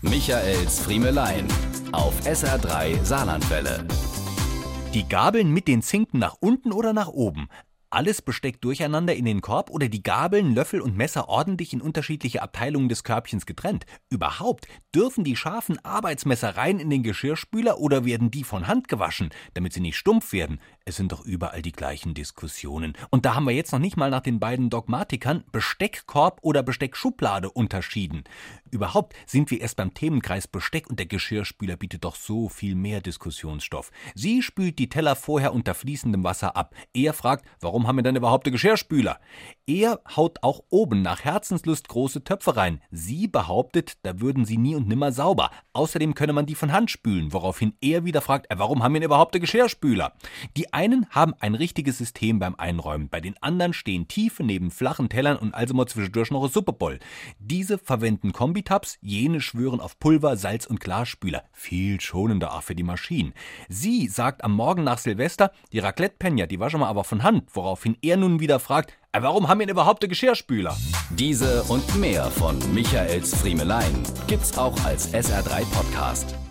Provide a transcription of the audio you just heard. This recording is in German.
Michaels Friemelein auf SR3 Saarlandwelle. Die Gabeln mit den Zinken nach unten oder nach oben? Alles Besteck durcheinander in den Korb oder die Gabeln, Löffel und Messer ordentlich in unterschiedliche Abteilungen des Körbchens getrennt? Überhaupt, dürfen die scharfen Arbeitsmesser rein in den Geschirrspüler oder werden die von Hand gewaschen, damit sie nicht stumpf werden? Es sind doch überall die gleichen Diskussionen. Und da haben wir jetzt noch nicht mal nach den beiden Dogmatikern Besteckkorb oder Besteckschublade unterschieden. Überhaupt sind wir erst beim Themenkreis Besteck und der Geschirrspüler bietet doch so viel mehr Diskussionsstoff. Sie spült die Teller vorher unter fließendem Wasser ab. Er fragt, warum haben wir denn überhaupt einen Geschirrspüler? Er haut auch oben nach Herzenslust große Töpfe rein. Sie behauptet, da würden sie nie und nimmer sauber. Außerdem könne man die von Hand spülen, woraufhin er wieder fragt, warum haben wir denn überhaupt einen Geschirrspüler? Die einen haben ein richtiges System beim Einräumen, bei den anderen stehen Tiefe neben flachen Tellern und also mal zwischendurch noch ein Suppeboll. Diese verwenden Kombitabs, jene schwören auf Pulver, Salz und Glasspüler. Viel schonender auch für die Maschinen. Sie sagt am Morgen nach Silvester, die Raclette-Penja, die waschen wir aber von Hand, woraufhin er nun wieder fragt, warum haben wir denn überhaupt einen Geschirrspüler? Diese und mehr von Michaels Friemelein gibt's auch als SR3 Podcast.